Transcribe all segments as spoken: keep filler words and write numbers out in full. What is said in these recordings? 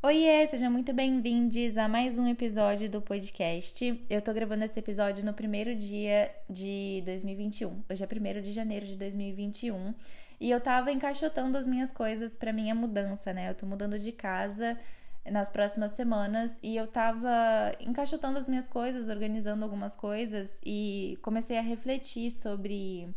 Oiê, sejam muito bem-vindos a mais um episódio do podcast. Eu tô gravando esse episódio no primeiro dia de dois mil e vinte e um. Hoje é primeiro de janeiro de dois mil e vinte e um. E eu tava encaixotando as minhas coisas pra minha mudança, né? Eu tô mudando de casa nas próximas semanas e eu tava encaixotando as minhas coisas, organizando algumas coisas e comecei a refletir sobre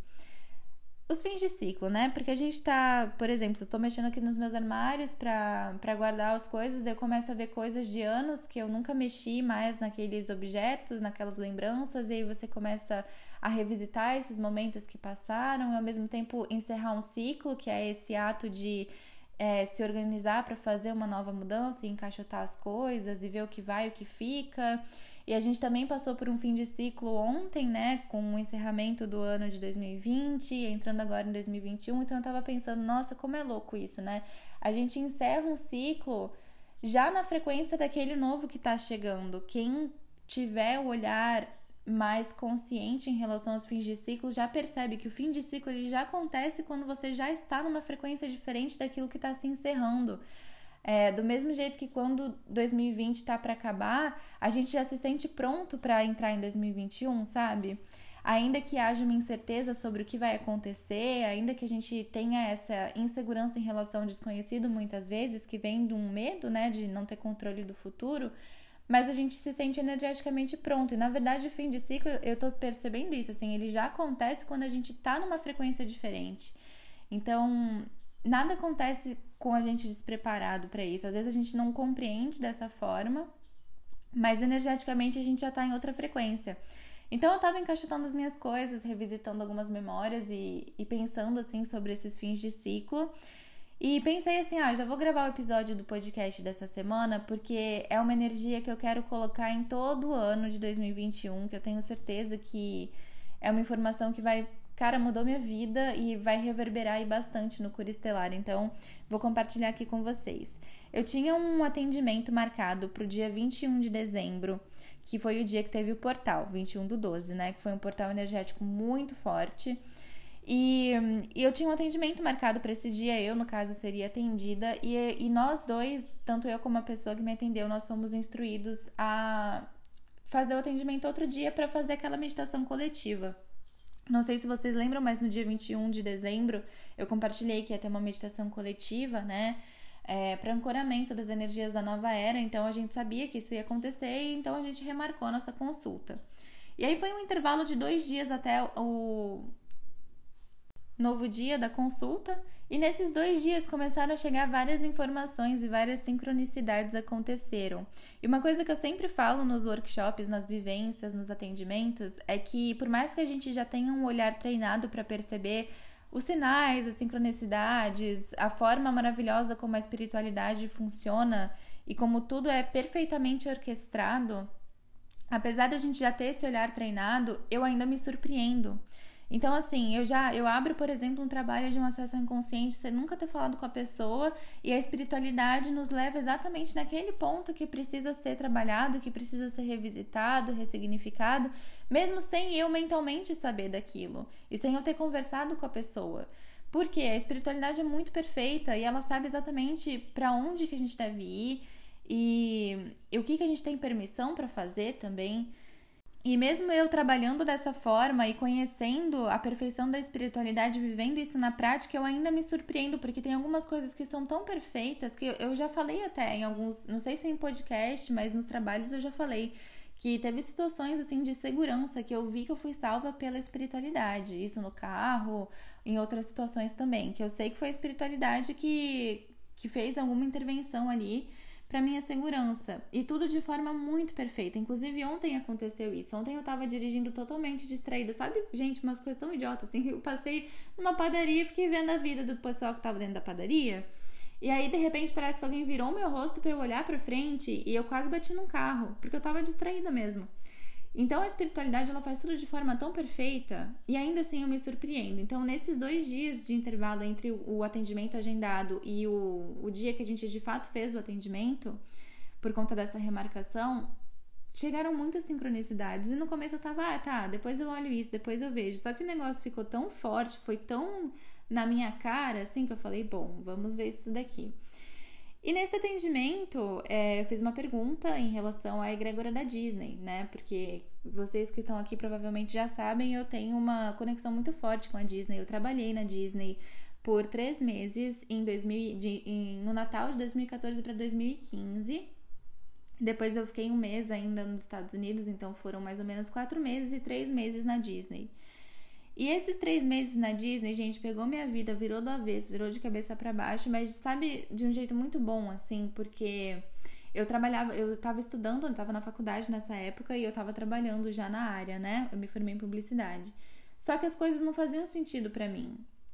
os fins de ciclo, né? Porque a gente tá, por exemplo, eu tô mexendo aqui nos meus armários pra, pra guardar as coisas, daí eu começo a ver coisas de anos que eu nunca mexi mais naqueles objetos, naquelas lembranças, e aí você começa a revisitar esses momentos que passaram e ao mesmo tempo encerrar um ciclo, que é esse ato de é, se organizar para fazer uma nova mudança e encaixotar as coisas e ver o que vai e o que fica. E a gente também passou por um fim de ciclo ontem, né, com o encerramento do ano de dois mil e vinte, entrando agora em dois mil e vinte e um, então eu tava pensando, nossa, como é louco isso, né? A gente encerra um ciclo já na frequência daquele novo que tá chegando. Quem tiver o olhar mais consciente em relação aos fins de ciclo já percebe que o fim de ciclo ele já acontece quando você já está numa frequência diferente daquilo que está se encerrando. É, do mesmo jeito que quando dois mil e vinte está para acabar, a gente já se sente pronto para entrar em dois mil e vinte e um, sabe? Ainda que haja uma incerteza sobre o que vai acontecer, ainda que a gente tenha essa insegurança em relação ao desconhecido muitas vezes, que vem de um medo, né, de não ter controle do futuro, mas a gente se sente energeticamente pronto. E na verdade o fim de ciclo, eu tô percebendo isso, assim, ele já acontece quando a gente tá numa frequência diferente. Então, nada acontece com a gente despreparado para isso. Às vezes a gente não compreende dessa forma, mas energeticamente a gente já tá em outra frequência. Então eu tava encaixotando as minhas coisas, revisitando algumas memórias e, e pensando assim sobre esses fins de ciclo. E pensei assim, ah, já vou gravar o episódio do podcast dessa semana, porque é uma energia que eu quero colocar em todo o ano de dois mil e vinte e um, que eu tenho certeza que é uma informação que vai, cara, mudou minha vida e vai reverberar aí bastante no Cura Estelar, então vou compartilhar aqui com vocês. Eu tinha um atendimento marcado pro dia vinte e um de dezembro, que foi o dia que teve o portal, vinte e um do doze, né, que foi um portal energético muito forte. E, e eu tinha um atendimento marcado para esse dia, eu, no caso, seria atendida, e, e nós dois, tanto eu como a pessoa que me atendeu, nós fomos instruídos a fazer o atendimento outro dia para fazer aquela meditação coletiva. Não sei se vocês lembram, mas no dia vinte e um de dezembro eu compartilhei que ia ter uma meditação coletiva, né, é, para ancoramento das energias da nova era, então a gente sabia que isso ia acontecer, e então a gente remarcou a nossa consulta. E aí foi um intervalo de dois dias até o novo dia da consulta, e nesses dois dias começaram a chegar várias informações e várias sincronicidades aconteceram. E uma coisa que eu sempre falo nos workshops, nas vivências, nos atendimentos, é que por mais que a gente já tenha um olhar treinado para perceber os sinais, as sincronicidades, a forma maravilhosa como a espiritualidade funciona e como tudo é perfeitamente orquestrado, apesar de a gente já ter esse olhar treinado, eu ainda me surpreendo. Então, assim, eu já eu abro, por exemplo, um trabalho de um acesso ao inconsciente, você nunca ter falado com a pessoa, e a espiritualidade nos leva exatamente naquele ponto que precisa ser trabalhado, que precisa ser revisitado, ressignificado, mesmo sem eu mentalmente saber daquilo, e sem eu ter conversado com a pessoa. Porque a espiritualidade é muito perfeita e ela sabe exatamente para onde que a gente deve ir e, e o que, que a gente tem permissão para fazer também. E mesmo eu trabalhando dessa forma e conhecendo a perfeição da espiritualidade, vivendo isso na prática, eu ainda me surpreendo, porque tem algumas coisas que são tão perfeitas que eu já falei até em alguns, não sei se em podcast, mas nos trabalhos eu já falei que teve situações assim de segurança que eu vi que eu fui salva pela espiritualidade, isso no carro, em outras situações também, que eu sei que foi a espiritualidade que, que fez alguma intervenção ali para minha segurança, e tudo de forma muito perfeita. Inclusive ontem aconteceu isso, ontem eu tava dirigindo totalmente distraída, sabe, gente, umas coisas tão idiotas assim, eu passei numa padaria e fiquei vendo a vida do pessoal que tava dentro da padaria, e aí de repente parece que alguém virou meu rosto para eu olhar pra frente, e eu quase bati num carro, porque eu tava distraída mesmo. Então a espiritualidade ela faz tudo de forma tão perfeita e ainda assim eu me surpreendo. Então nesses dois dias de intervalo entre o atendimento agendado e o, o dia que a gente de fato fez o atendimento, por conta dessa remarcação, chegaram muitas sincronicidades. E no começo eu tava, ah tá, depois eu olho isso, depois eu vejo. Só que o negócio ficou tão forte, foi tão na minha cara assim que eu falei, bom, vamos ver isso daqui. E nesse atendimento, é, eu fiz uma pergunta em relação à egrégora da Disney, né? Porque vocês que estão aqui provavelmente já sabem, eu tenho uma conexão muito forte com a Disney. Eu trabalhei na Disney por três meses em dois mil, de, em, no Natal de dois mil e quatorze para dois mil e quinze. Depois eu fiquei um mês ainda nos Estados Unidos, então foram mais ou menos quatro meses e três meses na Disney. E esses três meses na Disney, gente, pegou minha vida, virou do avesso, virou de cabeça pra baixo, mas sabe, de um jeito muito bom, assim, porque eu trabalhava, eu tava estudando, eu tava na faculdade nessa época e eu tava trabalhando já na área, né? Eu me formei em publicidade. Só que as coisas não faziam sentido pra mim.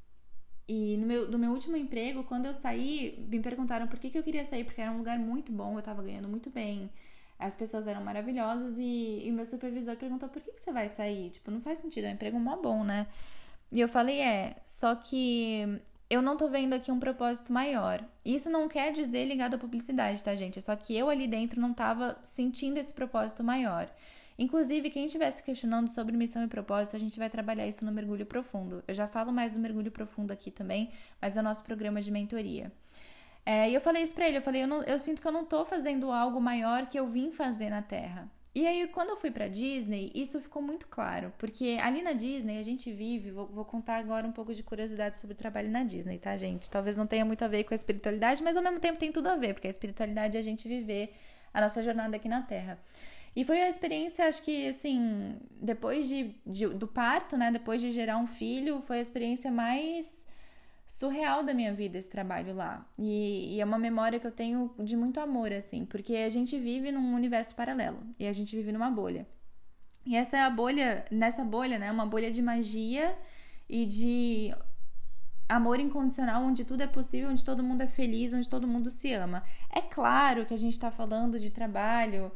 E no meu, do meu último emprego, quando eu saí, me perguntaram por que, que eu queria sair, porque era um lugar muito bom, eu tava ganhando muito bem. As pessoas eram maravilhosas e o meu supervisor perguntou por que, que você vai sair? Tipo, não faz sentido, é um emprego mó bom, né? E eu falei, é, só que eu não tô vendo aqui um propósito maior. Isso não quer dizer ligado à publicidade, tá, gente? É só que eu ali dentro não tava sentindo esse propósito maior. Inclusive, quem estivesse questionando sobre missão e propósito, a gente vai trabalhar isso no Mergulho Profundo. Eu já falo mais do Mergulho Profundo aqui também, mas é o nosso programa de mentoria. É, e eu falei isso pra ele, eu falei, eu, não, eu sinto que eu não tô fazendo algo maior que eu vim fazer na Terra. E aí, quando eu fui pra Disney, isso ficou muito claro, porque ali na Disney a gente vive, vou, vou contar agora um pouco de curiosidade sobre o trabalho na Disney, tá, gente? Talvez não tenha muito a ver com a espiritualidade, mas ao mesmo tempo tem tudo a ver, porque a espiritualidade é a gente viver a nossa jornada aqui na Terra. E foi a experiência, acho que, assim, depois de, de, do parto, né, depois de gerar um filho, foi a experiência mais surreal da minha vida esse trabalho lá. E, e é uma memória que eu tenho de muito amor, assim, porque a gente vive num universo paralelo e a gente vive numa bolha. E essa é a bolha, nessa bolha, né, uma bolha de magia e de amor incondicional, onde tudo é possível, onde todo mundo é feliz, onde todo mundo se ama. É claro que a gente tá falando de trabalho...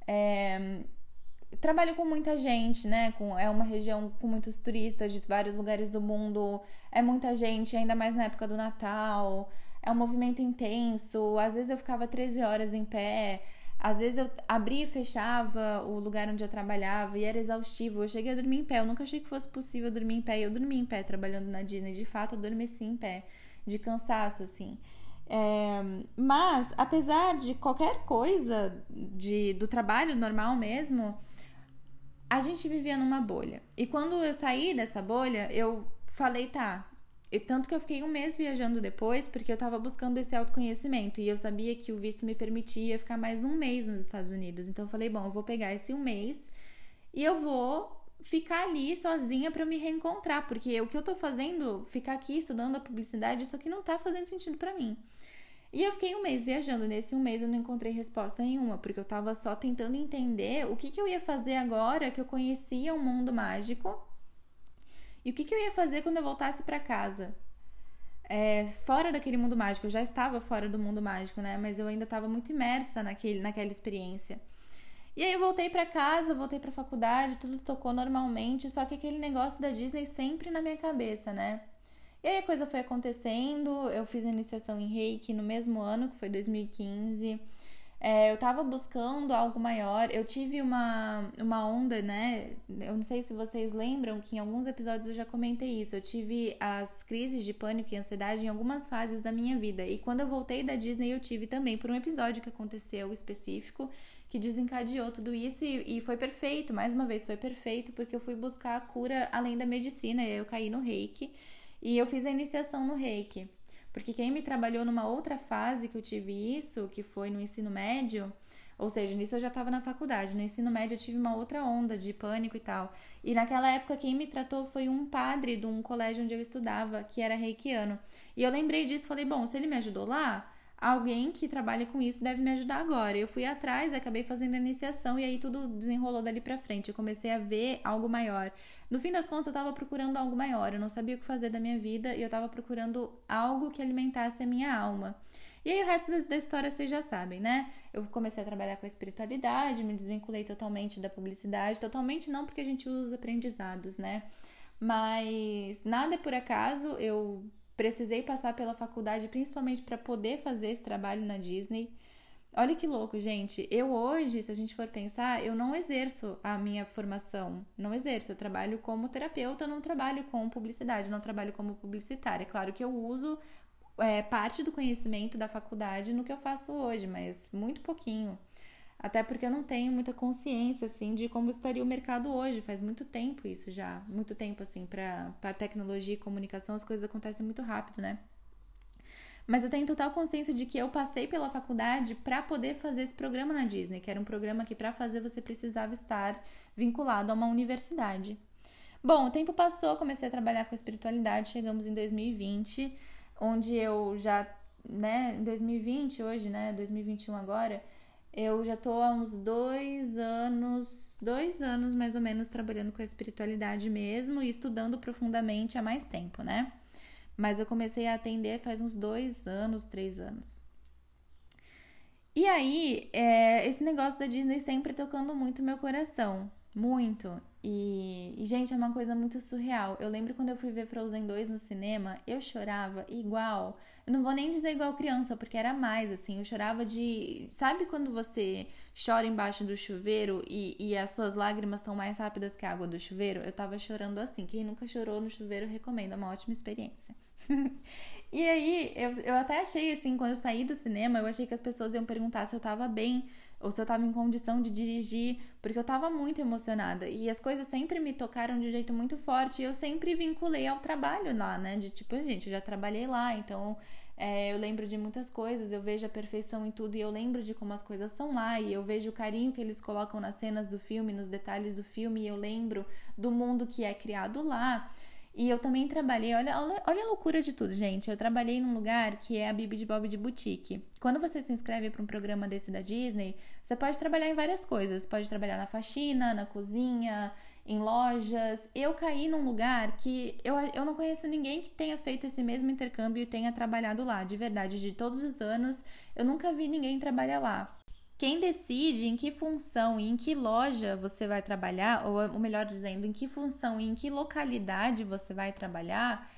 É, trabalho com muita gente, né? Com, é uma região com muitos turistas de vários lugares do mundo. É muita gente, ainda mais na época do Natal. É um movimento intenso. Às vezes eu ficava treze horas em pé. Às vezes eu abria e fechava o lugar onde eu trabalhava e era exaustivo. Eu cheguei a dormir em pé. Eu nunca achei que fosse possível dormir em pé. E eu dormi em pé trabalhando na Disney. De fato, eu adormeci em pé. De cansaço, assim. É, mas, apesar de qualquer coisa de, do trabalho normal mesmo, a gente vivia numa bolha. E quando eu saí dessa bolha, eu falei, tá. E tanto que eu fiquei um mês viajando depois, porque eu tava buscando esse autoconhecimento. E eu sabia que o visto me permitia ficar mais um mês nos Estados Unidos. Então eu falei, bom, eu vou pegar esse um mês e eu vou ficar ali sozinha pra eu me reencontrar. Porque o que eu tô fazendo, ficar aqui estudando a publicidade, isso aqui não tá fazendo sentido pra mim. E eu fiquei um mês viajando. Nesse um mês eu não encontrei resposta nenhuma, porque eu tava só tentando entender o que, que eu ia fazer agora que eu conhecia o mundo mágico e o que, que eu ia fazer quando eu voltasse pra casa. É, fora daquele mundo mágico, eu já estava fora do mundo mágico, né? Mas eu ainda estava muito imersa naquele, naquela experiência. E aí eu voltei pra casa, voltei pra faculdade, tudo tocou normalmente, só que aquele negócio da Disney sempre na minha cabeça, né? E aí a coisa foi acontecendo, eu fiz a iniciação em Reiki no mesmo ano, que foi dois mil e quinze. É, eu tava buscando algo maior, eu tive uma, uma onda, né? Eu não sei se vocês lembram que em alguns episódios eu já comentei isso. Eu tive as crises de pânico e ansiedade em algumas fases da minha vida. E quando eu voltei da Disney eu tive também por um episódio que aconteceu específico que desencadeou tudo isso e, e foi perfeito, mais uma vez foi perfeito, porque eu fui buscar a cura além da medicina e eu caí no Reiki. E eu fiz a iniciação no Reiki, porque quem me trabalhou numa outra fase que eu tive isso, que foi no ensino médio, ou seja, nisso eu já estava na faculdade, no ensino médio eu tive uma outra onda de pânico e tal. E naquela época quem me tratou foi um padre de um colégio onde eu estudava, que era reikiano. E eu lembrei disso, falei, bom, se ele me ajudou lá, alguém que trabalha com isso deve me ajudar agora. Eu fui atrás, acabei fazendo a iniciação e aí tudo desenrolou dali pra frente. Eu comecei a ver algo maior. No fim das contas, eu tava procurando algo maior. Eu não sabia o que fazer da minha vida e eu tava procurando algo que alimentasse a minha alma. E aí o resto da história vocês já sabem, né? Eu comecei a trabalhar com a espiritualidade, me desvinculei totalmente da publicidade. Totalmente não, porque a gente usa os aprendizados, né? Mas nada é por acaso. Eu precisei passar pela faculdade principalmente para poder fazer esse trabalho na Disney. Olha que louco, gente. Eu hoje, se a gente for pensar, eu não exerço a minha formação. Não exerço. Eu trabalho como terapeuta, não trabalho com publicidade, não trabalho como publicitária. É claro que eu uso é, parte do conhecimento da faculdade no que eu faço hoje, mas muito pouquinho. Até porque eu não tenho muita consciência, assim, de como estaria o mercado hoje. Faz muito tempo isso já. Muito tempo, assim, para para tecnologia e comunicação, as coisas acontecem muito rápido, né? Mas eu tenho total consciência de que eu passei pela faculdade para poder fazer esse programa na Disney, que era um programa que para fazer você precisava estar vinculado a uma universidade. Bom, o tempo passou, comecei a trabalhar com espiritualidade, chegamos em dois mil e vinte, onde eu já, né, em dois mil e vinte, hoje, né, dois mil e vinte e um agora, eu já tô há uns dois anos, dois anos mais ou menos trabalhando com a espiritualidade mesmo e estudando profundamente há mais tempo, né? Mas eu comecei a atender faz uns dois anos, três anos. E aí, é, esse negócio da Disney sempre tocando muito meu coração. Muito. E, e, gente, é uma coisa muito surreal. Eu lembro quando eu fui ver Frozen dois no cinema, eu chorava igual. Eu não vou nem dizer igual criança, porque era mais, assim. Eu chorava de... Sabe quando você chora embaixo do chuveiro e, e as suas lágrimas estão mais rápidas que a água do chuveiro? Eu tava chorando assim. Quem nunca chorou no chuveiro, recomendo. É uma ótima experiência. E aí, eu, eu até achei, assim, quando eu saí do cinema, eu achei que as pessoas iam perguntar se eu tava bem ou se eu tava em condição de dirigir, porque eu tava muito emocionada. E as coisas sempre me tocaram de um jeito muito forte e eu sempre vinculei ao trabalho lá, né? De tipo, gente, eu já trabalhei lá, então é, eu lembro de muitas coisas, eu vejo a perfeição em tudo e eu lembro de como as coisas são lá e eu vejo o carinho que eles colocam nas cenas do filme, nos detalhes do filme e eu lembro do mundo que é criado lá. E eu também trabalhei, olha, olha a loucura de tudo, gente. Eu trabalhei num lugar que é a Bibi de Bob de Boutique. Quando você se inscreve para um programa desse da Disney, você pode trabalhar em várias coisas. Pode trabalhar na faxina, na cozinha, em lojas. Eu caí num lugar que eu, eu não conheço ninguém que tenha feito esse mesmo intercâmbio e tenha trabalhado lá. De verdade, de todos os anos, eu nunca vi ninguém trabalhar lá. Quem decide em que função e em que loja você vai trabalhar, ou melhor dizendo, em que função e em que localidade você vai trabalhar,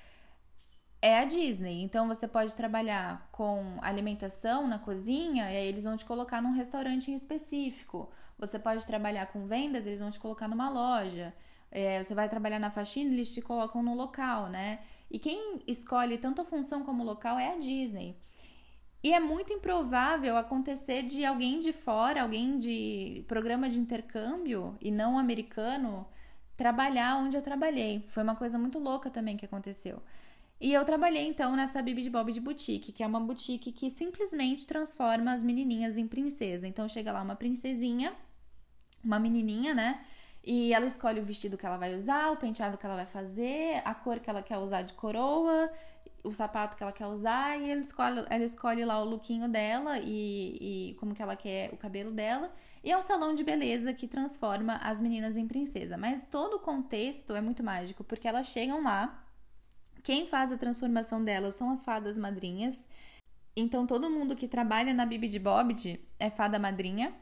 é a Disney. Então você pode trabalhar com alimentação na cozinha e aí eles vão te colocar num restaurante em específico. Você pode trabalhar com vendas, eles vão te colocar numa loja. É, você vai trabalhar na faxina, eles te colocam no local, né? E quem escolhe tanto a função como o local é a Disney. E é muito improvável acontecer de alguém de fora, alguém de programa de intercâmbio e não americano, trabalhar onde eu trabalhei. Foi uma coisa muito louca também que aconteceu. E eu trabalhei então nessa Bibi de Bob de Boutique, que é uma boutique que simplesmente transforma as menininhas em princesa. Então chega lá uma princesinha, uma menininha, né? E ela escolhe o vestido que ela vai usar, o penteado que ela vai fazer, a cor que ela quer usar de coroa, o sapato que ela quer usar, e ela escolhe, ela escolhe lá o lookinho dela e, e como que ela quer o cabelo dela. E é um salão de beleza que transforma as meninas em princesa. Mas todo o contexto é muito mágico, porque elas chegam lá, quem faz a transformação delas são as fadas madrinhas. Então todo mundo que trabalha na Bibi de Bobbid é fada madrinha.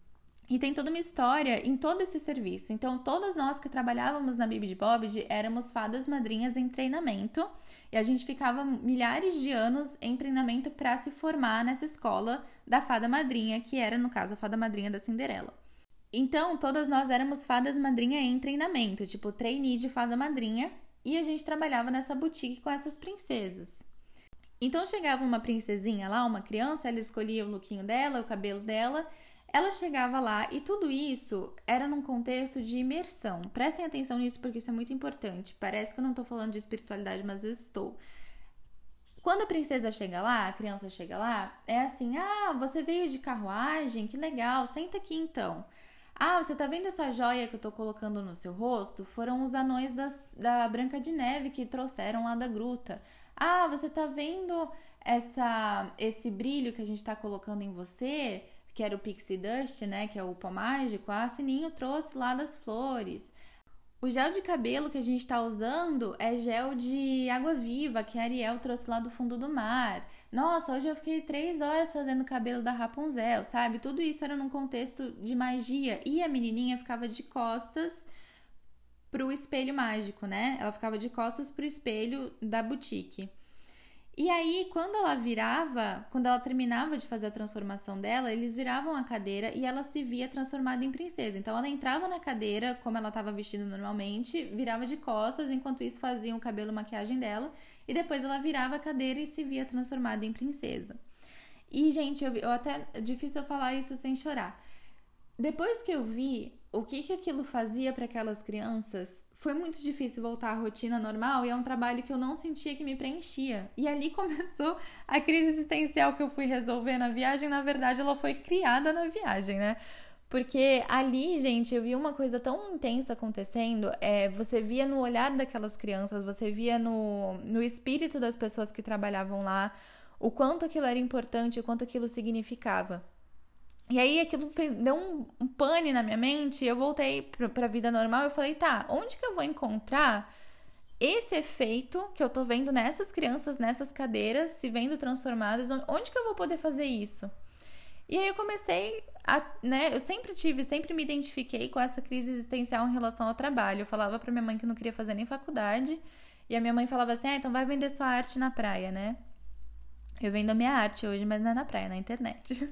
E tem toda uma história em todo esse serviço. Então, todas nós que trabalhávamos na Bibi de Bobbid éramos fadas madrinhas em treinamento. E a gente ficava milhares de anos em treinamento para se formar nessa escola da fada madrinha, que era, no caso, a fada madrinha da Cinderela. Então, todas nós éramos fadas madrinha em treinamento, tipo trainee de fada madrinha. E a gente trabalhava nessa boutique com essas princesas. Então, chegava uma princesinha lá, uma criança, ela escolhia o lookinho dela, o cabelo dela. Ela chegava lá e tudo isso era num contexto de imersão. Prestem atenção nisso porque isso é muito importante. Parece que eu não tô falando de espiritualidade, mas eu estou. Quando a princesa chega lá, a criança chega lá, é assim: ah, você veio de carruagem? Que legal, senta aqui então. Ah, você tá vendo essa joia que eu tô colocando no seu rosto? Foram os anões das, da Branca de Neve que trouxeram lá da gruta. Ah, você tá vendo essa, esse brilho que a gente tá colocando em você? Que era o Pixie Dust, né, que é o pó mágico, a Sininho trouxe lá das flores. O gel de cabelo que a gente tá usando é gel de água viva, que a Ariel trouxe lá do fundo do mar. Nossa, hoje eu fiquei três horas fazendo o cabelo da Rapunzel, sabe? Tudo isso era num contexto de magia. E a menininha ficava de costas pro espelho mágico, né? Ela ficava de costas pro espelho da boutique. E aí, quando ela virava, quando ela terminava de fazer a transformação dela, eles viravam a cadeira e ela se via transformada em princesa. Então, ela entrava na cadeira, como ela estava vestida normalmente, virava de costas, enquanto isso faziam o cabelo e maquiagem dela, e depois ela virava a cadeira e se via transformada em princesa. E, gente, eu, eu até... É difícil eu falar isso sem chorar. Depois que eu vi o que, que aquilo fazia para aquelas crianças, foi muito difícil voltar à rotina normal e é um trabalho que eu não sentia que me preenchia. E ali começou a crise existencial que eu fui resolver na viagem. Na verdade, ela foi criada na viagem, né? Porque ali, gente, eu vi uma coisa tão intensa acontecendo. É, você via no olhar daquelas crianças, você via no, no espírito das pessoas que trabalhavam lá, o quanto aquilo era importante, o quanto aquilo significava. E aí aquilo fez, deu um, um pane na minha mente, eu voltei pra, pra vida normal e falei, tá, onde que eu vou encontrar esse efeito que eu tô vendo nessas crianças, nessas cadeiras, se vendo transformadas, onde que eu vou poder fazer isso? E aí eu comecei a, né, eu sempre tive, sempre me identifiquei com essa crise existencial em relação ao trabalho. Eu falava pra minha mãe que não queria fazer nem faculdade, e a minha mãe falava assim, ah, então vai vender sua arte na praia, né? Eu vendo a minha arte hoje, mas não é na praia, é na internet.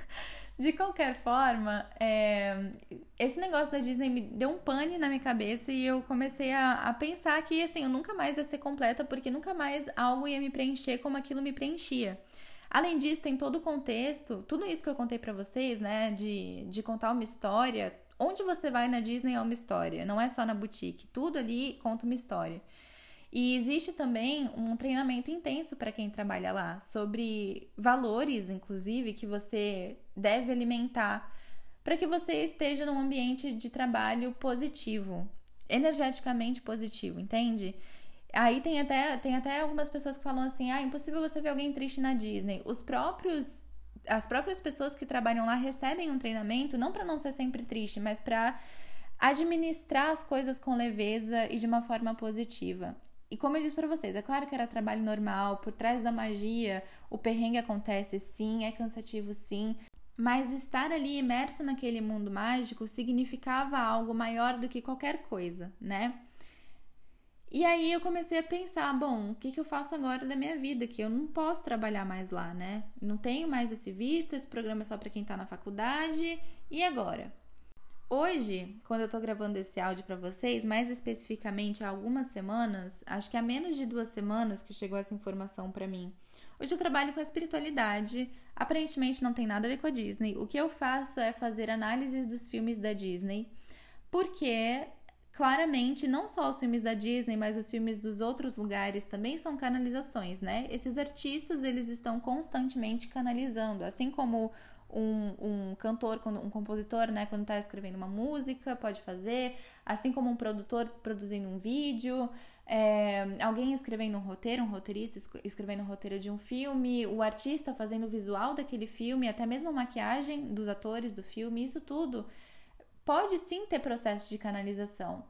De qualquer forma, é... esse negócio da Disney me deu um pane na minha cabeça e eu comecei a, a pensar que, assim, eu nunca mais ia ser completa porque nunca mais algo ia me preencher como aquilo me preenchia. Além disso, tem todo o contexto, tudo isso que eu contei pra vocês, né, de, de contar uma história. Onde você vai na Disney é uma história, não é só na boutique. Tudo ali conta uma história. E existe também um treinamento intenso para quem trabalha lá, sobre valores, inclusive, que você deve alimentar para que você esteja num ambiente de trabalho positivo, energeticamente positivo, entende? Aí tem até, tem até algumas pessoas que falam assim, ah, é impossível você ver alguém triste na Disney. Os próprios, as próprias pessoas que trabalham lá recebem um treinamento, não para não ser sempre triste, mas para administrar as coisas com leveza e de uma forma positiva. E como eu disse pra vocês, é claro que era trabalho normal, por trás da magia, o perrengue acontece sim, é cansativo sim, mas estar ali imerso naquele mundo mágico significava algo maior do que qualquer coisa, né? E aí eu comecei a pensar, bom, o que, que eu faço agora da minha vida? Que eu não posso trabalhar mais lá, né? Não tenho mais esse visto, esse programa é só pra quem tá na faculdade, e agora? Hoje, quando eu tô gravando esse áudio pra vocês, mais especificamente há algumas semanas, acho que há menos de duas semanas que chegou essa informação pra mim. Hoje eu trabalho com a espiritualidade, aparentemente não tem nada a ver com a Disney. O que eu faço é fazer análises dos filmes da Disney, porque claramente não só os filmes da Disney, mas os filmes dos outros lugares também são canalizações, né? Esses artistas, eles estão constantemente canalizando, assim como Um, um cantor, um compositor, né, quando está escrevendo uma música, pode fazer, assim como um produtor produzindo um vídeo, é, alguém escrevendo um roteiro, um roteirista escrevendo um roteiro de um filme, o artista fazendo o visual daquele filme, até mesmo a maquiagem dos atores do filme, isso tudo pode sim ter processo de canalização.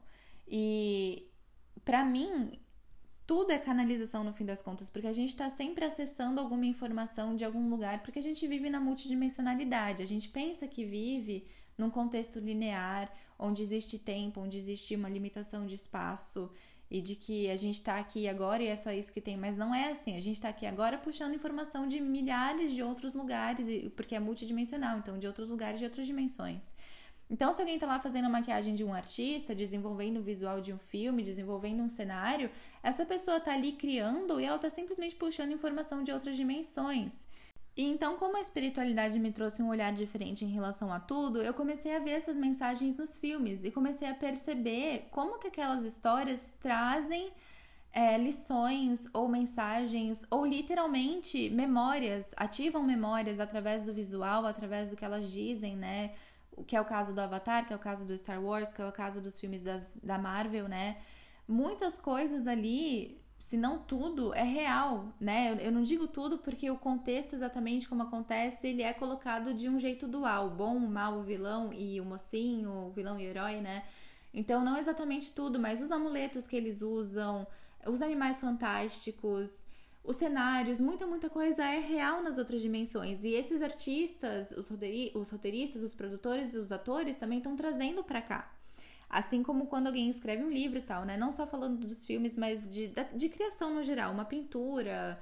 E para mim, tudo é canalização no fim das contas, porque a gente está sempre acessando alguma informação de algum lugar, porque a gente vive na multidimensionalidade, a gente pensa que vive num contexto linear, onde existe tempo, onde existe uma limitação de espaço, e de que a gente está aqui agora e é só isso que tem, mas não é assim, a gente está aqui agora puxando informação de milhares de outros lugares, porque é multidimensional, então de outros lugares, de outras dimensões. Então, se alguém tá lá fazendo a maquiagem de um artista, desenvolvendo o visual de um filme, desenvolvendo um cenário, essa pessoa tá ali criando e ela tá simplesmente puxando informação de outras dimensões. E então, como a espiritualidade me trouxe um olhar diferente em relação a tudo, eu comecei a ver essas mensagens nos filmes e comecei a perceber como que aquelas histórias trazem é, lições ou mensagens ou literalmente memórias, ativam memórias através do visual, através do que elas dizem, né? Que é o caso do Avatar, que é o caso do Star Wars, que é o caso dos filmes das, da Marvel, né? Muitas coisas ali, se não tudo, é real, né? Eu, eu não digo tudo porque o contexto exatamente como acontece, ele é colocado de um jeito dual. O bom, o mal, o vilão e o mocinho, o vilão e o herói, né? Então, não exatamente tudo, mas os amuletos que eles usam, os animais fantásticos, os cenários, muita, muita coisa é real nas outras dimensões. E esses artistas, os, roteiri- os roteiristas, os produtores, os atores também estão trazendo pra cá. Assim como quando alguém escreve um livro e tal, né? Não só falando dos filmes, mas de, de criação no geral. Uma pintura,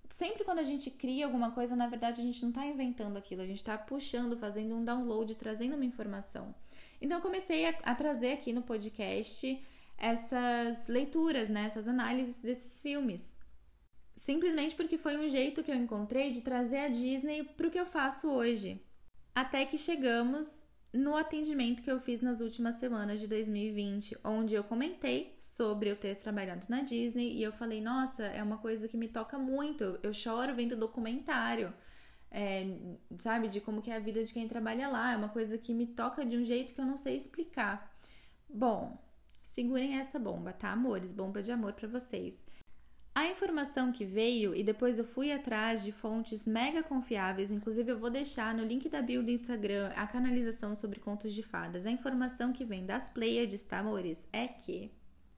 sempre quando a gente cria alguma coisa, na verdade a gente não tá inventando aquilo, a gente tá puxando, fazendo um download, trazendo uma informação. Então eu comecei a, a trazer aqui no podcast essas leituras, né, essas análises desses filmes. Simplesmente porque foi um jeito que eu encontrei de trazer a Disney pro que eu faço hoje. Até que chegamos no atendimento que eu fiz nas últimas semanas de dois mil e vinte, onde eu comentei sobre eu ter trabalhado na Disney e eu falei, nossa, é uma coisa que me toca muito, eu choro vendo documentário, é, sabe, de como que é a vida de quem trabalha lá, é uma coisa que me toca de um jeito que eu não sei explicar. Bom, segurem essa bomba, tá, amores? Bomba de amor pra vocês. A informação que veio, e depois eu fui atrás de fontes mega confiáveis, inclusive eu vou deixar no link da bio do Instagram a canalização sobre contos de fadas. A informação que vem das Pleiades, tá, amores, é que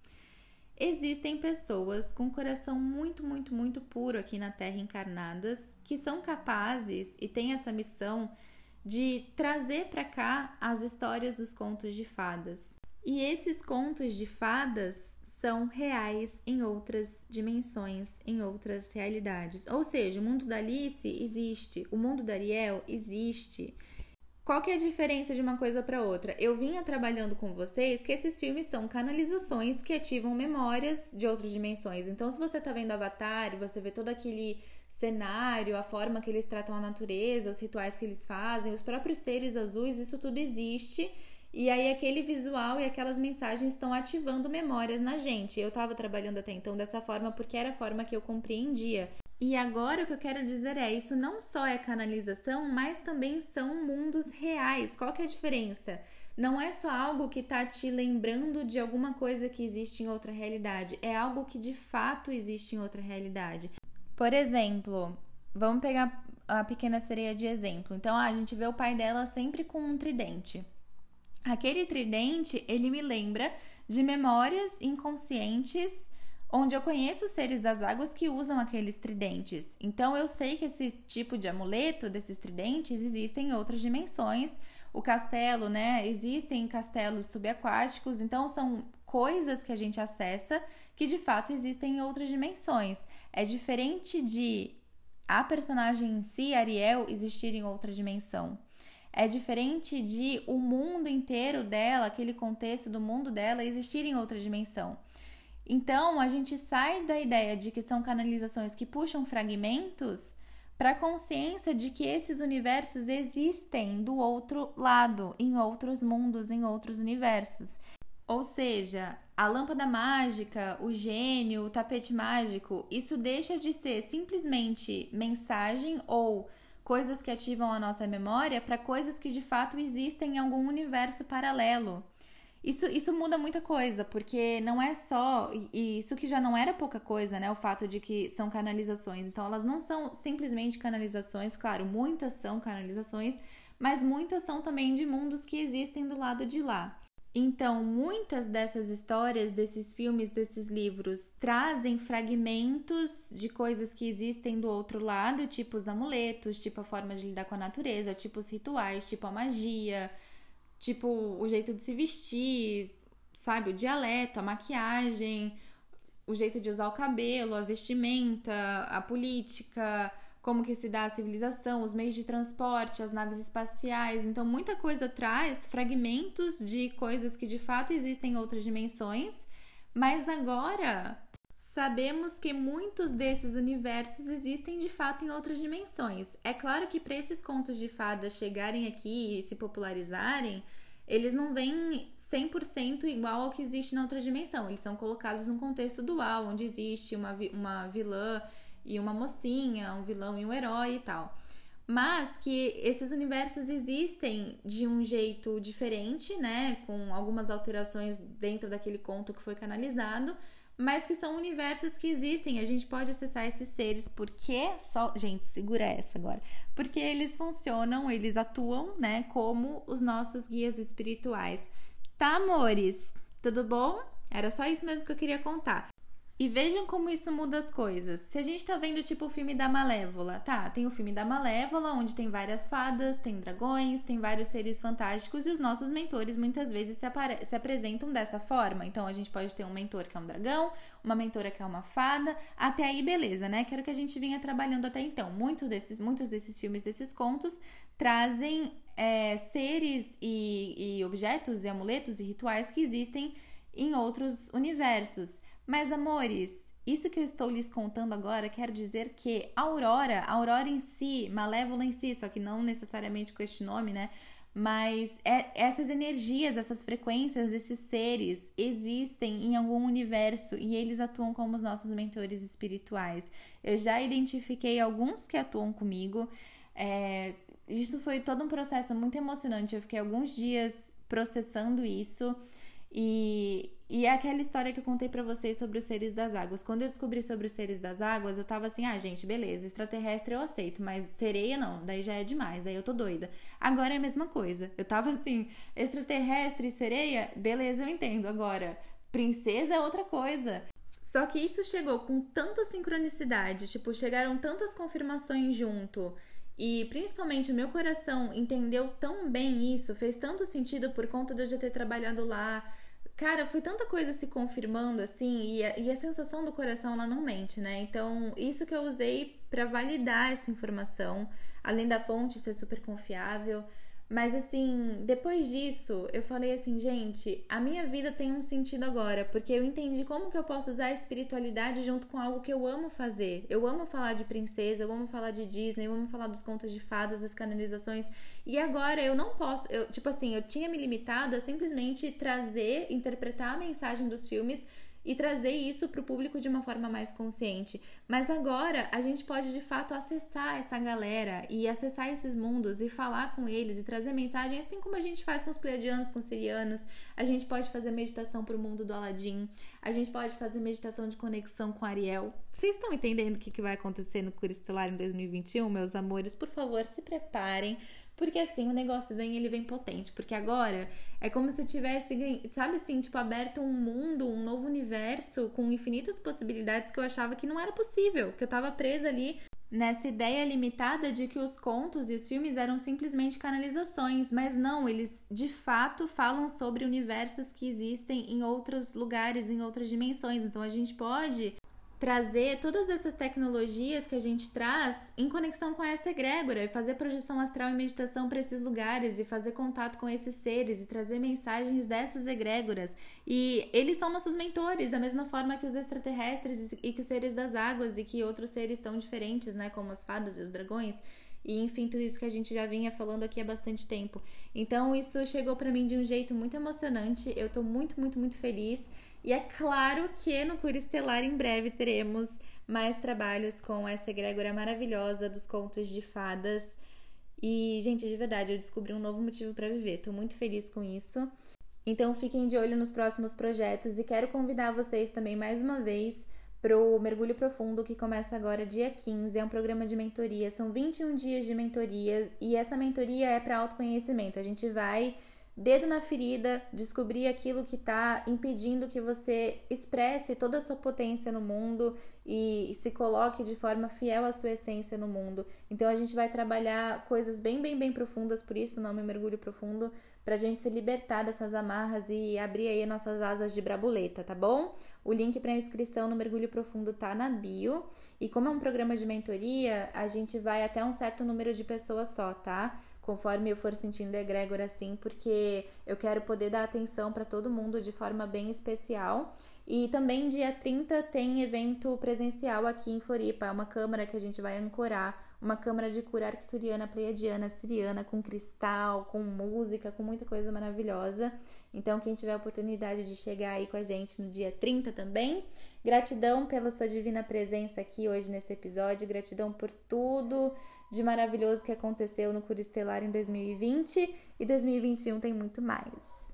existem pessoas com coração muito, muito, muito puro aqui na Terra encarnadas que são capazes e têm essa missão de trazer pra cá as histórias dos contos de fadas. E esses contos de fadas são reais em outras dimensões, em outras realidades. Ou seja, o mundo da Alice existe, o mundo da Ariel existe. Qual que é a diferença de uma coisa para outra? Eu vinha trabalhando com vocês que esses filmes são canalizações que ativam memórias de outras dimensões. Então, se você tá vendo Avatar e você vê todo aquele cenário, a forma que eles tratam a natureza, os rituais que eles fazem, os próprios seres azuis, isso tudo existe. E aí aquele visual e aquelas mensagens estão ativando memórias na gente. Eu estava trabalhando até então dessa forma porque era a forma que eu compreendia. E agora o que eu quero dizer é, isso não só é canalização, mas também são mundos reais. Qual que é a diferença? Não é só algo que está te lembrando de alguma coisa que existe em outra realidade. É algo que de fato existe em outra realidade. Por exemplo, vamos pegar a Pequena Sereia de exemplo. Então, a gente vê o pai dela sempre com um tridente. Aquele tridente, ele me lembra de memórias inconscientes onde eu conheço os seres das águas que usam aqueles tridentes. Então, eu sei que esse tipo de amuleto desses tridentes existem em outras dimensões. O castelo, né? Existem castelos subaquáticos. Então, são coisas que a gente acessa que, de fato, existem em outras dimensões. É diferente de a personagem em si, Ariel, existir em outra dimensão. É diferente de o mundo inteiro dela, aquele contexto do mundo dela existir em outra dimensão. Então, a gente sai da ideia de que são canalizações que puxam fragmentos para a consciência de que esses universos existem do outro lado, em outros mundos, em outros universos. Ou seja, a lâmpada mágica, o gênio, o tapete mágico, isso deixa de ser simplesmente mensagem ou coisas que ativam a nossa memória para coisas que de fato existem em algum universo paralelo. Isso, isso muda muita coisa, porque não é só... E isso que já não era pouca coisa, né? O fato de que são canalizações. Então, elas não são simplesmente canalizações. Claro, muitas são canalizações, mas muitas são também de mundos que existem do lado de lá. Então, muitas dessas histórias, desses filmes, desses livros, trazem fragmentos de coisas que existem do outro lado, tipo os amuletos, tipo a forma de lidar com a natureza, tipo os rituais, tipo a magia, tipo o jeito de se vestir, sabe? O dialeto, a maquiagem, o jeito de usar o cabelo, a vestimenta, a política, como que se dá a civilização, os meios de transporte, as naves espaciais. Então, muita coisa traz fragmentos de coisas que de fato existem em outras dimensões, mas agora sabemos que muitos desses universos existem de fato em outras dimensões. É claro que para esses contos de fadas chegarem aqui e se popularizarem, eles não vêm cem por cento igual ao que existe na outra dimensão. Eles são colocados num contexto dual, onde existe uma, uma vilã e uma mocinha, um vilão e um herói e tal. Mas que esses universos existem de um jeito diferente, né? Com algumas alterações dentro daquele conto que foi canalizado, mas que são universos que existem. A gente pode acessar esses seres porque só... Gente, segura essa agora. Porque eles funcionam, eles atuam, né? Como os nossos guias espirituais. Tá, amores? Tudo bom? Era só isso mesmo que eu queria contar. E vejam como isso muda as coisas. Se a gente tá vendo tipo o filme da Malévola, tá? Tem o filme da Malévola, onde tem várias fadas, tem dragões, tem vários seres fantásticos e os nossos mentores muitas vezes se, apare- se apresentam dessa forma. Então a gente pode ter um mentor que é um dragão, uma mentora que é uma fada, até aí beleza, né? Que era o que a gente vinha trabalhando até então. Muitos desses, muitos desses filmes, desses contos, trazem é, seres e, e objetos e amuletos e rituais que existem em outros universos. Mas, amores, isso que eu estou lhes contando agora quer dizer que a Aurora, a Aurora em si, Malévola em si, só que não necessariamente com este nome, né? Mas é, essas energias, essas frequências, esses seres existem em algum universo e eles atuam como os nossos mentores espirituais. Eu já identifiquei alguns que atuam comigo. É, isso foi todo um processo muito emocionante. Eu fiquei alguns dias processando isso. E, e é aquela história que eu contei pra vocês sobre os seres das águas. Quando eu descobri sobre os seres das águas, eu tava assim, ah, gente, beleza, extraterrestre eu aceito, mas sereia não, daí já é demais, daí eu tô doida. Agora é a mesma coisa. Eu tava assim, extraterrestre e sereia, beleza, eu entendo. Agora, princesa é outra coisa. Só que isso chegou com tanta sincronicidade, tipo, chegaram tantas confirmações junto. E principalmente o meu coração entendeu tão bem isso, fez tanto sentido por conta de eu já ter trabalhado lá. Cara, foi tanta coisa se confirmando assim, e a, e a sensação do coração ela não mente, né? Então, isso que eu usei pra validar essa informação, além da fonte ser super confiável. Mas assim, depois disso, eu falei assim, gente, a minha vida tem um sentido agora, porque eu entendi como que eu posso usar a espiritualidade junto com algo que eu amo fazer. Eu amo falar de princesa, eu amo falar de Disney, eu amo falar dos contos de fadas, das canalizações. E agora eu não posso, eu, tipo assim, eu tinha me limitado a simplesmente trazer, interpretar a mensagem dos filmes e trazer isso para o público de uma forma mais consciente. Mas agora a gente pode de fato acessar essa galera e acessar esses mundos e falar com eles e trazer mensagem, assim como a gente faz com os pleiadianos, com os sirianos. A gente pode fazer meditação para o mundo do Aladim, a gente pode fazer meditação de conexão com Ariel. Vocês estão entendendo o que vai acontecer no Cura Estelar em dois mil e vinte e um, meus amores? Por favor, se preparem. Porque assim, o negócio vem ele vem potente. Porque agora é como se eu tivesse, sabe assim, tipo, aberto um mundo, um novo universo com infinitas possibilidades que eu achava que não era possível. Que eu tava presa ali nessa ideia limitada de que os contos e os filmes eram simplesmente canalizações. Mas não, eles de fato falam sobre universos que existem em outros lugares, em outras dimensões. Então a gente pode trazer todas essas tecnologias que a gente traz em conexão com essa egrégora e fazer projeção astral e meditação para esses lugares e fazer contato com esses seres e trazer mensagens dessas egrégoras. E eles são nossos mentores, da mesma forma que os extraterrestres e que os seres das águas e que outros seres tão diferentes, né, como as fadas e os dragões. E enfim, tudo isso que a gente já vinha falando aqui há bastante tempo. Então isso chegou pra mim de um jeito muito emocionante. Eu tô muito, muito, muito feliz. E é claro que no Cura Estelar em breve teremos mais trabalhos com essa egrégora maravilhosa dos contos de fadas. E, gente, de verdade, eu descobri um novo motivo pra viver. Tô muito feliz com isso. Então fiquem de olho nos próximos projetos e quero convidar vocês também mais uma vez pro Mergulho Profundo, que começa agora dia quinze. É um programa de mentoria, são vinte e um dias de mentoria e essa mentoria é para autoconhecimento. A gente vai, dedo na ferida, descobrir aquilo que tá impedindo que você expresse toda a sua potência no mundo e se coloque de forma fiel à sua essência no mundo. Então a gente vai trabalhar coisas bem, bem, bem profundas, por isso o nome Mergulho Profundo, pra gente se libertar dessas amarras e abrir aí nossas asas de brabuleta, tá bom? O link para inscrição no Mergulho Profundo tá na bio. E como é um programa de mentoria, a gente vai até um certo número de pessoas só, tá? Conforme eu for sentindo egrégora assim, porque eu quero poder dar atenção para todo mundo de forma bem especial. E também dia trinta tem evento presencial aqui em Floripa, é uma câmara que a gente vai ancorar, uma câmara de cura arcturiana, pleiadiana, siriana, com cristal, com música, com muita coisa maravilhosa. Então quem tiver a oportunidade de chegar aí com a gente no dia trinta também, gratidão pela sua divina presença aqui hoje nesse episódio, gratidão por tudo de maravilhoso que aconteceu no Cura Estelar em dois mil e vinte, e dois mil e vinte e um tem muito mais.